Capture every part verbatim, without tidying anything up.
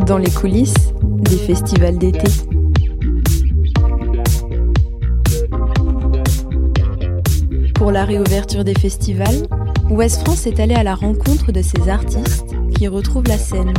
dans les coulisses des festivals d'été. Pour la réouverture des festivals, Ouest France est allé à la rencontre de ces artistes qui retrouvent la scène.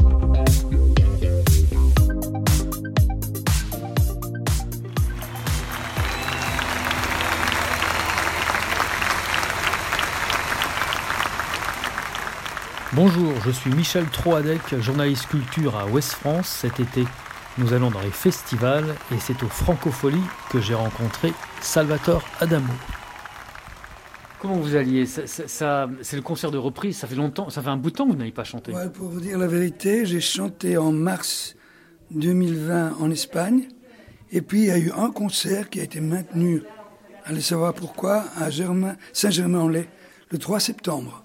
Bonjour, je suis Michel Troadec, journaliste culture à Ouest France. Cet été, nous allons dans les festivals et c'est au Francofolie que j'ai rencontré Salvatore Adamo. Comment vous alliez ça, ça, ça, c'est le concert de reprise, ça fait longtemps, ça fait un bout de temps que vous n'avez pas chanté. Ouais, pour vous dire la vérité, j'ai chanté en mars deux mille vingt en Espagne. Et puis il y a eu un concert qui a été maintenu, allez savoir pourquoi, à Germain, Saint-Germain-en-Laye, le trois septembre.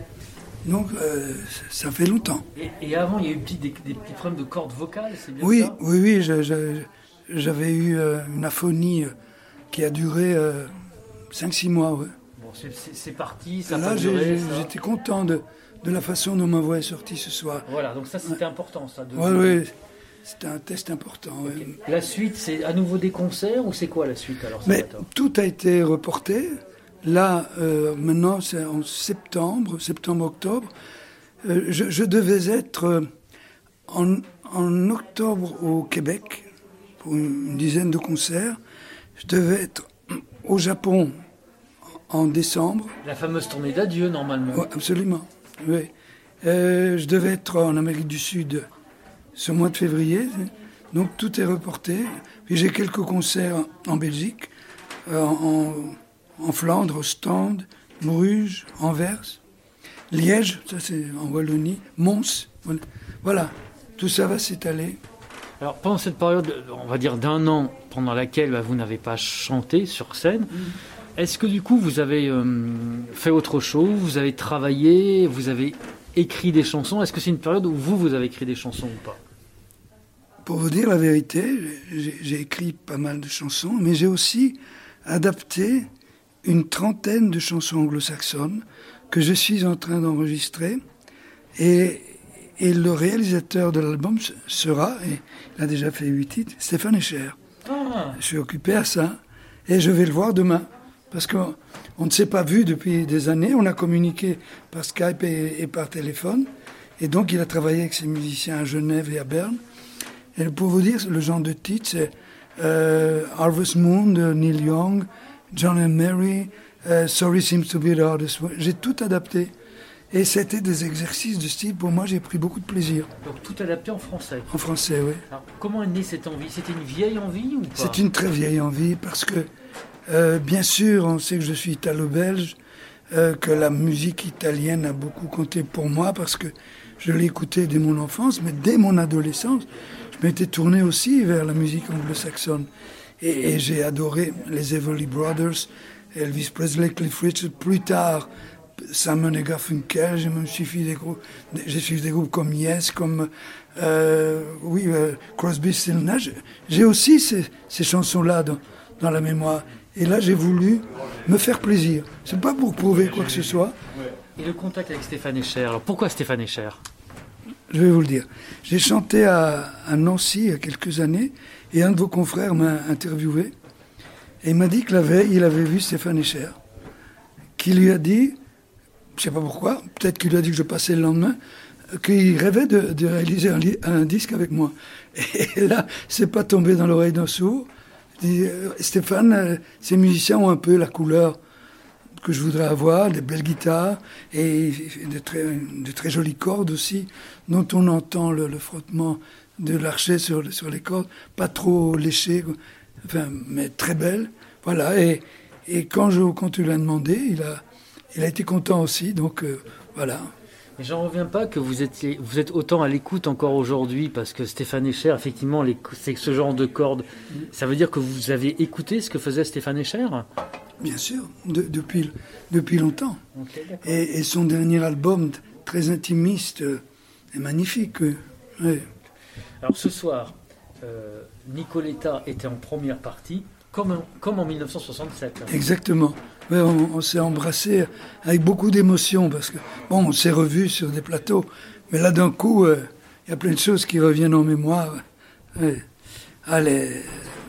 Donc, euh, ça fait longtemps. Et, et avant, il y a eu des, des, des petits problèmes de cordes vocales, c'est bien oui, ça? Oui, oui, je, je, j'avais eu euh, une aphonie euh, qui a duré euh, cinq six mois. Ouais. Bon, c'est, c'est, c'est parti, ça Là, a j'ai, duré, j'ai, ça. j'étais content de, de la façon dont ma voix est sortie ce soir. Voilà, donc ça, c'était ouais. important, ça. De... Oui, oui, c'était un test important. Okay. Ouais. La suite, c'est à nouveau des concerts ou c'est quoi la suite alors? Mais tout a été reporté. Là, euh, maintenant, c'est en septembre, septembre-octobre. Euh, je, je devais être euh, en, en octobre au Québec pour une, une dizaine de concerts. Je devais être au Japon en, en décembre. La fameuse tournée d'adieu, normalement. Oui, absolument. Oui. Euh, je devais être en Amérique du Sud ce mois de février. Donc tout est reporté. Puis j'ai quelques concerts en Belgique, euh, en... en Flandre, Ostende, Bruges, Anvers, Liège, ça c'est en Wallonie, Mons, voilà, tout ça va s'étaler. Alors pendant cette période, on va dire d'un an, pendant laquelle bah, vous n'avez pas chanté sur scène, mmh. est-ce que du coup vous avez euh, fait autre chose, vous avez travaillé, vous avez écrit des chansons? Est-ce que c'est une période où vous, vous avez écrit des chansons ou pas? Pour vous dire la vérité, j'ai, j'ai écrit pas mal de chansons, mais j'ai aussi adapté une trentaine de chansons anglo-saxonnes que je suis en train d'enregistrer. Et, et le réalisateur de l'album sera, et il a déjà fait huit titres, Stéphane Escher. Ah. Je suis occupé à ça. Et je vais le voir demain. Parce qu'on ne s'est pas vu depuis des années. On a communiqué par Skype et, et par téléphone. Et donc, il a travaillé avec ses musiciens à Genève et à Berne. Et pour vous dire, le genre de titre, c'est euh, Harvest Moon de Neil Young, John and Mary, uh, Sorry Seems to be the Hardest One. J'ai tout adapté. Et c'était des exercices de style. Pour moi, j'ai pris beaucoup de plaisir. Donc tout adapté en français? En français, oui. Alors, comment est née cette envie? C'était une vieille envie ou pas? C'est une très vieille envie parce que, euh, bien sûr, on sait que je suis italo-belge, euh, que la musique italienne a beaucoup compté pour moi parce que je l'ai écoutée dès mon enfance, mais dès mon adolescence, je m'étais tourné aussi vers la musique anglo-saxonne. Et, et j'ai adoré les Everly Brothers, Elvis Presley, Cliff Richard. Plus tard, Simon et Garfunkel. Je me suis suivi des groupes, j'ai suivi des groupes comme Yes, comme euh, oui, euh, Crosby, Stills, Nash. J'ai aussi ces, ces chansons-là dans, dans la mémoire. Et là, j'ai voulu me faire plaisir. C'est pas pour prouver quoi que ce soit. Et le contact avec Stéphane Escher. Alors pourquoi Stéphane Escher? Je vais vous le dire. J'ai chanté à, à Nancy il y a quelques années. Et un de vos confrères m'a interviewé et il m'a dit que la veille, il avait vu Stéphane Escher, qui lui a dit, je ne sais pas pourquoi, peut-être qu'il lui a dit que je passais le lendemain, qu'il rêvait de, de réaliser un, un disque avec moi. Et là, c'est pas tombé dans l'oreille d'un sourd. Il dit, Stéphane, euh, ces musiciens ont un peu la couleur que je voudrais avoir, des belles guitares et de très, de très jolies cordes aussi, dont on entend le, le frottement de l'archet sur, sur les cordes, pas trop léché, enfin, mais très belle. Voilà, et, et quand, je, quand tu l'as demandé, il a, il a été content aussi, donc euh, voilà. Mais j'en reviens pas que vous êtes, vous êtes autant à l'écoute encore aujourd'hui, parce que Stéphane Escher, effectivement, les, c'est ce genre de cordes. Ça veut dire que vous avez écouté ce que faisait Stéphane Escher? Bien sûr, de, depuis, depuis longtemps. Okay, et, et son dernier album, très intimiste, est magnifique. Oui. Alors ce soir, euh, Nicoletta était en première partie, comme, comme en dix-neuf cent soixante-sept. Exactement. Ouais, on, on s'est embrassés avec beaucoup d'émotion, parce que, bon, on s'est revus sur des plateaux, mais là, d'un coup, euh, il y a plein de choses qui reviennent en mémoire. Ouais. Elle est,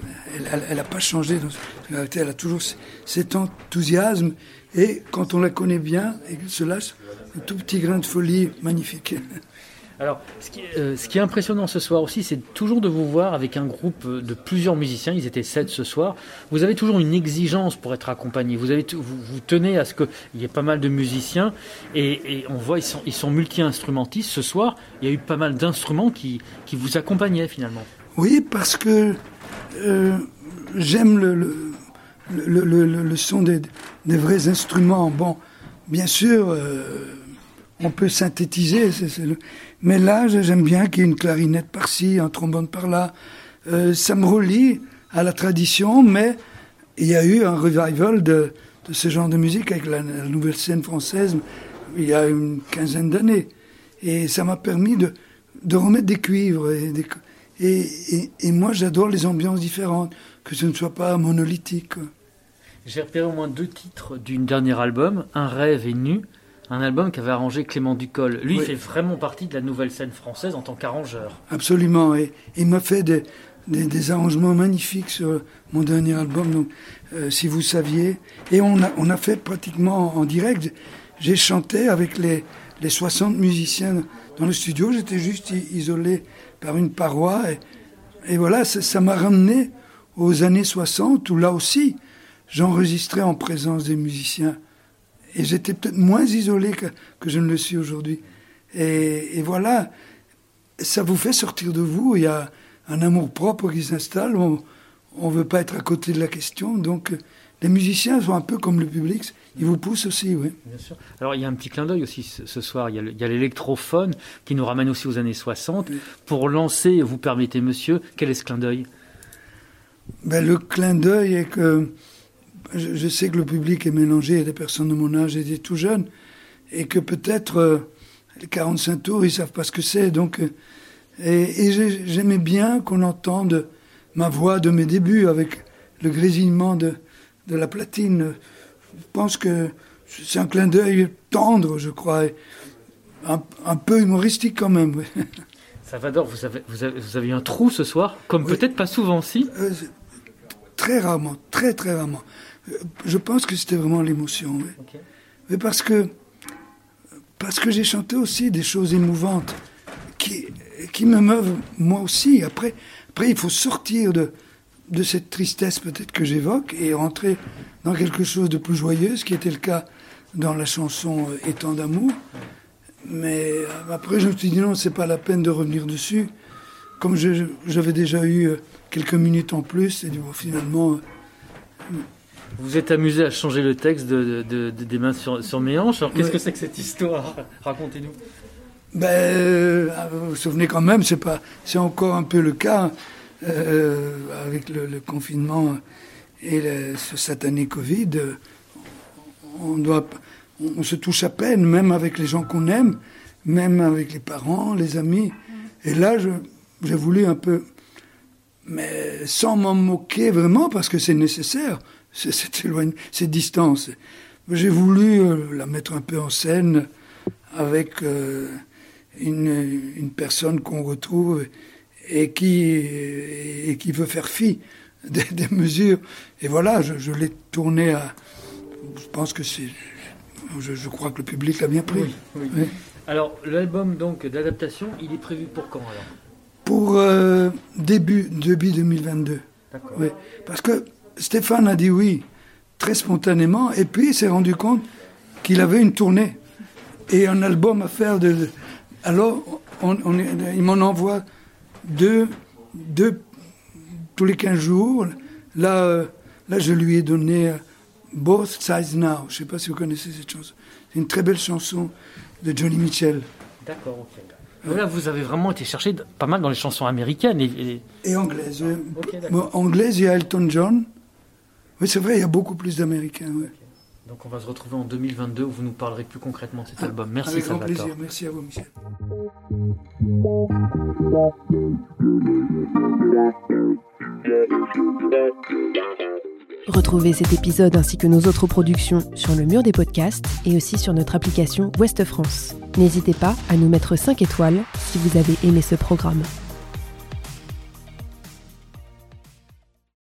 elle n'a pas changé dans son caractère, elle a toujours cet enthousiasme, et quand on la connaît bien, et qu'elle se lâche, un tout petit grain de folie magnifique. Alors, ce qui, euh, ce qui est impressionnant ce soir aussi, c'est toujours de vous voir avec un groupe de plusieurs musiciens. Ils étaient sept ce soir. Vous avez toujours une exigence pour être accompagné. Vous, avez t- vous, vous tenez à ce qu'il y ait pas mal de musiciens. Et, et on voit, ils sont, ils sont multi-instrumentistes. Ce soir, il y a eu pas mal d'instruments qui, qui vous accompagnaient finalement. Oui, parce que euh, j'aime le, le, le, le, le, le son des, des vrais instruments. Bon, bien sûr... Euh, on peut synthétiser, c'est, c'est le... mais là, j'aime bien qu'il y ait une clarinette par-ci, un trombone par-là. Euh, ça me relie à la tradition, mais il y a eu un revival de, de ce genre de musique avec la, la nouvelle scène française il y a une quinzaine d'années. Et ça m'a permis de, de remettre des cuivres. Et, des, et, et, et moi, j'adore les ambiances différentes, que ce ne soit pas monolithique. J'ai repéré au moins deux titres d'un dernier album, Un rêve et Nu. Un album qu'avait arrangé Clément Ducol. Lui, oui. Il fait vraiment partie de la nouvelle scène française en tant qu'arrangeur. Absolument, et il m'a fait des, des, des arrangements magnifiques sur mon dernier album, donc, euh, si vous saviez. Et on a, on a fait pratiquement en direct. J'ai chanté avec les, les soixante musiciens dans le studio. J'étais juste isolé par une paroi. Et, et voilà, ça, ça m'a ramené aux années soixante, où là aussi, j'enregistrais en présence des musiciens. Et j'étais peut-être moins isolé que, que je ne le suis aujourd'hui. Et, et voilà, ça vous fait sortir de vous. Il y a un amour-propre qui s'installe. On ne veut pas être à côté de la question. Donc, les musiciens sont un peu comme le public. Ils vous poussent aussi, oui. Bien sûr. Alors, il y a un petit clin d'œil aussi ce, ce soir. Il y a, le, il y a l'électrophone qui nous ramène aussi aux années soixante. Oui. Pour lancer, vous permettez, monsieur, quel est ce clin d'œil ? Ben, le clin d'œil est que... Je, je sais que le public est mélangé, il y a des personnes de mon âge et des tout jeunes, et que peut-être euh, les quarante-cinq tours, ils ne savent pas ce que c'est. Donc, euh, et, et j'aimais bien qu'on entende ma voix de mes débuts avec le grésillement de, de la platine. Je pense que c'est un clin d'œil tendre, je crois, et un, un peu humoristique quand même. Oui. Salvador, vous avez, vous, avez, vous avez eu un trou ce soir, comme oui. Peut-être pas souvent, si euh, Très rarement, très très rarement. Je pense que c'était vraiment l'émotion, oui. Okay. Mais parce que, parce que j'ai chanté aussi des choses émouvantes qui, qui me meuvent moi aussi. Après, après, il faut sortir de, de cette tristesse peut-être que j'évoque et rentrer dans quelque chose de plus joyeux, ce qui était le cas dans la chanson « Étant d'amour ». Mais après, je me suis dit non, c'est pas la peine de revenir dessus. Comme je, j'avais déjà eu quelques minutes en plus, et bon, finalement... Vous êtes amusé à changer le texte de, de, de, des mains sur, sur mes hanches. Alors, qu'est-ce ouais. que c'est que cette histoire ? Racontez-nous. Ben, euh, vous vous souvenez quand même, c'est, pas, c'est encore un peu le cas euh, avec le, le confinement et le, ce satané Covid. On, doit, on, on se touche à peine, même avec les gens qu'on aime, même avec les parents, les amis. Et là, je, j'ai voulu un peu, mais sans m'en moquer vraiment, parce que c'est nécessaire. C'est cette, éloigne, cette distance. J'ai voulu euh, la mettre un peu en scène avec euh, une, une personne qu'on retrouve et qui, et qui veut faire fi des, des mesures. Et voilà, je, je l'ai tourné à... Je pense que c'est... Je, je crois que le public l'a bien pris. Oui, oui. Oui. Alors, l'album donc, d'adaptation, il est prévu pour quand alors ? Pour euh, début, début deux mille vingt-deux. D'accord. Oui. Parce que Stéphane a dit oui, très spontanément, et puis il s'est rendu compte qu'il avait une tournée et un album à faire. De, de alors, on, on, il m'en envoie deux, deux tous les quinze jours. Là, euh, là, je lui ai donné euh, Both Sides Now. Je ne sais pas si vous connaissez cette chanson. C'est une très belle chanson de Johnny Mitchell. D'accord, ok. Là, vous avez vraiment été chercher pas mal dans les chansons américaines. Et, et... et anglaises. Okay, bon, anglaises, il y a Elton John. Oui, c'est vrai, il y a beaucoup plus d'Américains. Ouais. Okay. Donc on va se retrouver en deux mille vingt-deux où vous nous parlerez plus concrètement de cet ah, album. Merci avec Salvatore. Avec grand plaisir, merci à vous Michel. Retrouvez cet épisode ainsi que nos autres productions sur le mur des podcasts et aussi sur notre application Ouest France. N'hésitez pas à nous mettre cinq étoiles si vous avez aimé ce programme.